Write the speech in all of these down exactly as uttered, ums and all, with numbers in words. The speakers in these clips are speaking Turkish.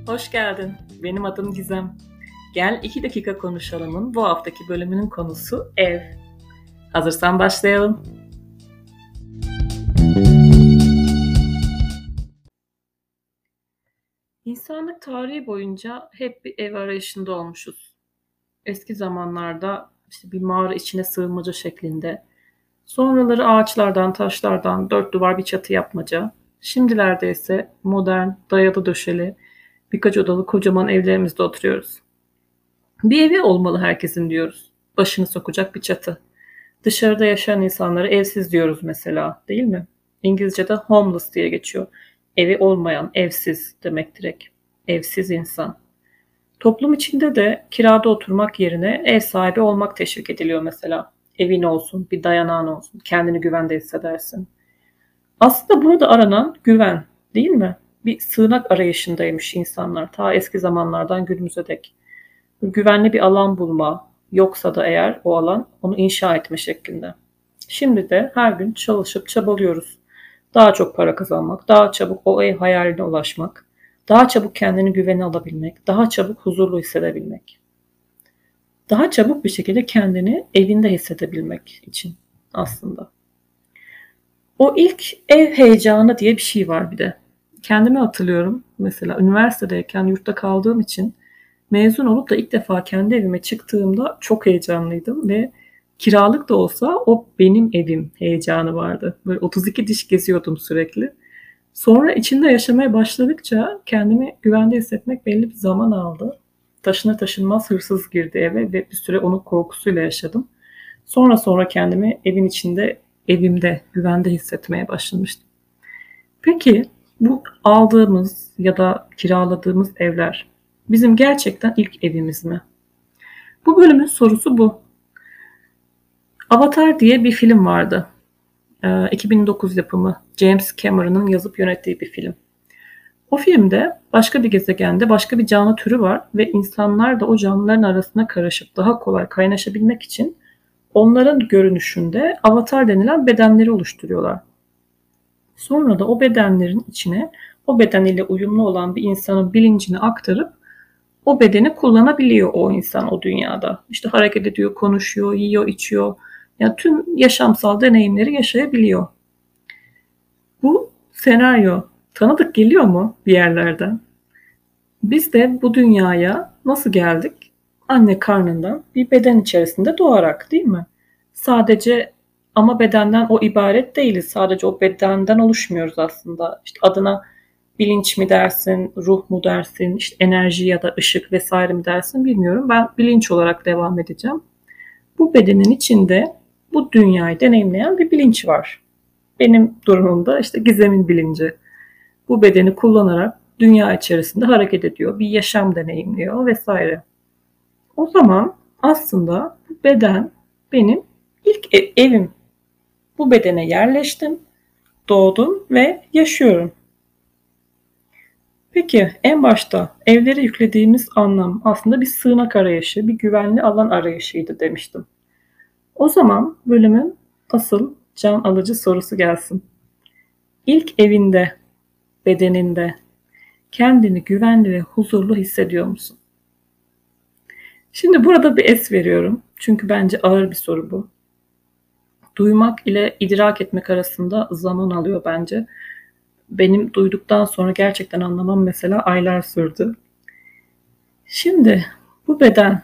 Hoş geldin. Benim adım Gizem. Gel iki dakika konuşalımın bu haftaki bölümünün konusu ev. Hazırsan başlayalım. İnsanlık tarihi boyunca hep bir ev arayışında olmuşuz. Eski zamanlarda işte bir mağara içine sığınmaca şeklinde, sonraları ağaçlardan, taşlardan dört duvar bir çatı yapmaca, şimdilerde ise modern, dayalı döşeli, birkaç odalı kocaman evlerimizde oturuyoruz. Bir evi olmalı herkesin diyoruz. Başını sokacak bir çatı. Dışarıda yaşayan insanlara evsiz diyoruz mesela, değil mi? İngilizce'de homeless diye geçiyor. Evi olmayan, evsiz demek direkt. Evsiz insan. Toplum içinde de kirada oturmak yerine ev sahibi olmak teşvik ediliyor mesela. Evin olsun, bir dayanağın olsun, kendini güvende hissedersin. Aslında burada aranan güven, değil mi? Bir sığınak arayışındaymış insanlar ta eski zamanlardan günümüze dek. Güvenli bir alan bulma, yoksa da eğer o alan onu inşa etme şeklinde. Şimdi de her gün çalışıp çabalıyoruz. Daha çok para kazanmak, daha çabuk o ev hayaline ulaşmak, daha çabuk kendini güvene alabilmek, daha çabuk huzurlu hissedebilmek. Daha çabuk bir şekilde kendini evinde hissedebilmek için aslında. O ilk ev heyecanı diye bir şey var bir de. Kendimi hatırlıyorum. Mesela üniversitedeyken yurtta kaldığım için mezun olup da ilk defa kendi evime çıktığımda çok heyecanlıydım ve kiralık da olsa o benim evim heyecanı vardı. Böyle otuz iki diş geziyordum sürekli. Sonra içinde yaşamaya başladıkça kendimi güvende hissetmek belli bir zaman aldı. Taşına taşınmaz hırsız girdi eve ve bir süre onun korkusuyla yaşadım. Sonra sonra kendimi evin içinde, evimde, güvende hissetmeye başlamıştım. Peki bu aldığımız ya da kiraladığımız evler bizim gerçekten ilk evimiz mi? Bu bölümün sorusu bu. Avatar diye bir film vardı. iki bin dokuz yapımı James Cameron'ın yazıp yönettiği bir film. O filmde başka bir gezegende başka bir canlı türü var ve insanlar da o canlıların arasına karışıp daha kolay kaynaşabilmek için onların görünüşünde avatar denilen bedenleri oluşturuyorlar. Sonra da o bedenlerin içine o beden ile uyumlu olan bir insanın bilincini aktarıp o bedeni kullanabiliyor o insan o dünyada. İşte hareket ediyor, konuşuyor, yiyor, içiyor. Yani tüm yaşamsal deneyimleri yaşayabiliyor. Bu senaryo tanıdık geliyor mu bir yerlerden? Biz de bu dünyaya nasıl geldik? Anne karnından bir beden içerisinde doğarak, değil mi? Sadece ama bedenden o ibaret değiliz. Sadece o bedenden oluşmuyoruz aslında. İşte adına bilinç mi dersin, ruh mu dersin, işte enerji ya da ışık vesaire mi dersin bilmiyorum. Ben bilinç olarak devam edeceğim. Bu bedenin içinde bu dünyayı deneyimleyen bir bilinç var. Benim durumumda işte Gizem'in bilinci. Bu bedeni kullanarak dünya içerisinde hareket ediyor, bir yaşam deneyimliyor vesaire. O zaman aslında bu beden benim ilk ev, evim. Bu bedene yerleştim, doğdum ve yaşıyorum. Peki en başta evlere yüklediğimiz anlam aslında bir sığınak arayışı, bir güvenli alan arayışıydı demiştim. O zaman bölümün asıl can alıcı sorusu gelsin. İlk evinde, bedeninde kendini güvenli ve huzurlu hissediyor musun? Şimdi burada bir es veriyorum. Çünkü bence ağır bir soru bu. Duymak ile idrak etmek arasında zaman alıyor bence. Benim duyduktan sonra gerçekten anlamam mesela aylar sürdü. Şimdi bu beden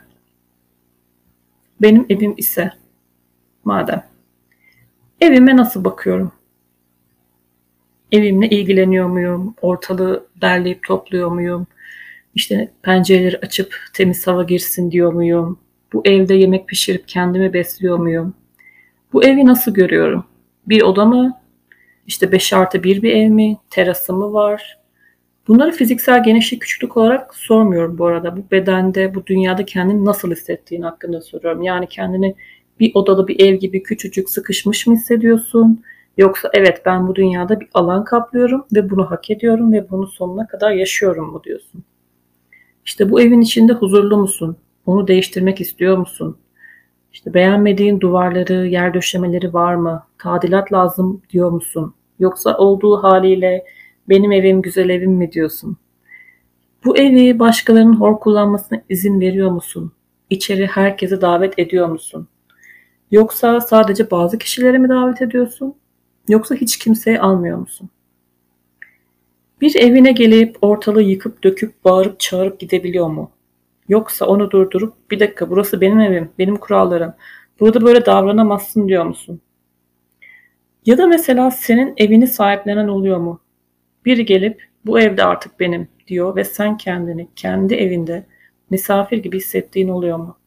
benim evim ise madem evime nasıl bakıyorum? Evimle ilgileniyor muyum? Ortalığı derleyip topluyor muyum? İşte pencereleri açıp temiz hava girsin diyor muyum? Bu evde yemek pişirip kendimi besliyor muyum? Bu evi nasıl görüyorum? Bir oda mı? İşte beş artı bir bir ev mi? Terası mı var? Bunları fiziksel genişlik küçüklük olarak sormuyorum bu arada. Bu bedende, bu dünyada kendini nasıl hissettiğin hakkında soruyorum. Yani kendini bir odalı bir ev gibi küçücük sıkışmış mı hissediyorsun? Yoksa evet ben bu dünyada bir alan kaplıyorum ve bunu hak ediyorum ve bunu sonuna kadar yaşıyorum mu diyorsun? İşte bu evin içinde huzurlu musun? Onu değiştirmek istiyor musun? İşte beğenmediğin duvarları, yer döşemeleri var mı? Tadilat lazım diyor musun? Yoksa olduğu haliyle benim evim güzel evim mi diyorsun? Bu evi başkalarının hor kullanmasına izin veriyor musun? İçeri herkese davet ediyor musun? Yoksa sadece bazı kişileri mi davet ediyorsun? Yoksa hiç kimseyi almıyor musun? Bir evine gelip ortalığı yıkıp döküp bağırıp çağırıp gidebiliyor mu? Yoksa onu durdurup bir dakika burası benim evim, benim kurallarım. Burada böyle davranamazsın diyor musun? Ya da mesela senin evini sahiplenen oluyor mu? Biri gelip bu evde artık benim diyor ve sen kendini kendi evinde misafir gibi hissettiğin oluyor mu?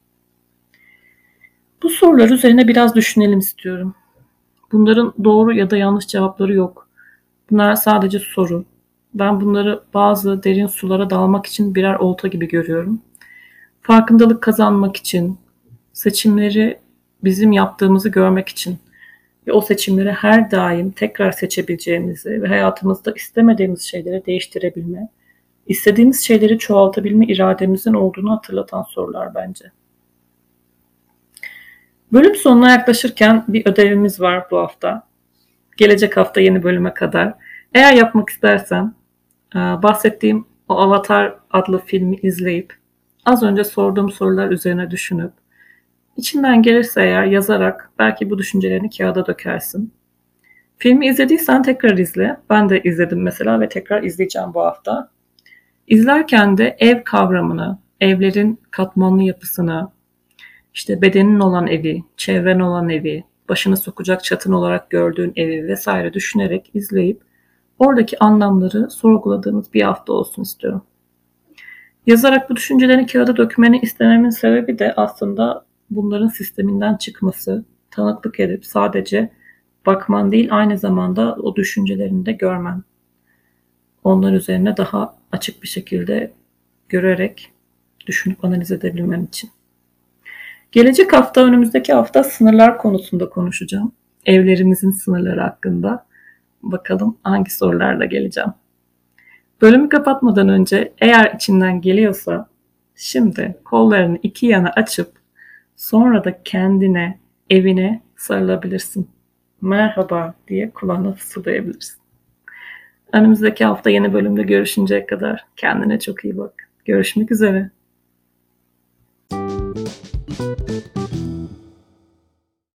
Bu sorular üzerine biraz düşünelim istiyorum. Bunların doğru ya da yanlış cevapları yok. Bunlar sadece soru. Ben bunları bazı derin sulara dalmak için birer olta gibi görüyorum. Farkındalık kazanmak için, seçimleri bizim yaptığımızı görmek için ve o seçimleri her daim tekrar seçebileceğimizi ve hayatımızda istemediğimiz şeyleri değiştirebilme, istediğimiz şeyleri çoğaltabilme irademizin olduğunu hatırlatan sorular bence. Bölüm sonuna yaklaşırken bir ödevimiz var bu hafta. Gelecek hafta yeni bölüme kadar. Eğer yapmak istersen bahsettiğim o Avatar adlı filmi izleyip az önce sorduğum sorular üzerine düşünüp içinden gelirse eğer yazarak belki bu düşüncelerini kağıda dökersin. Filmi izlediysen tekrar izle. Ben de izledim mesela ve tekrar izleyeceğim bu hafta. İzlerken de ev kavramını, evlerin katmanlı yapısını, işte bedenin olan evi, çevren olan evi, başını sokacak çatın olarak gördüğün evi vesaire düşünerek izleyip oradaki anlamları sorguladığımız bir hafta olsun istiyorum. Yazarak bu düşüncelerini kağıda dökmeni istememin sebebi de aslında bunların sisteminden çıkması, tanıklık edip sadece bakman değil aynı zamanda o düşüncelerini de görmen. Onlar üzerine daha açık bir şekilde görerek düşünüp analiz edebilmen için. Gelecek hafta, önümüzdeki hafta sınırlar konusunda konuşacağım. Evlerimizin sınırları hakkında. Bakalım hangi sorularla geleceğim. Bölümü kapatmadan önce eğer içinden geliyorsa şimdi kollarını iki yana açıp sonra da kendine, evine sarılabilirsin. Merhaba diye kulağına fısıldayabilirsin. Önümüzdeki hafta yeni bölümde görüşünceye kadar kendine çok iyi bak. Görüşmek üzere.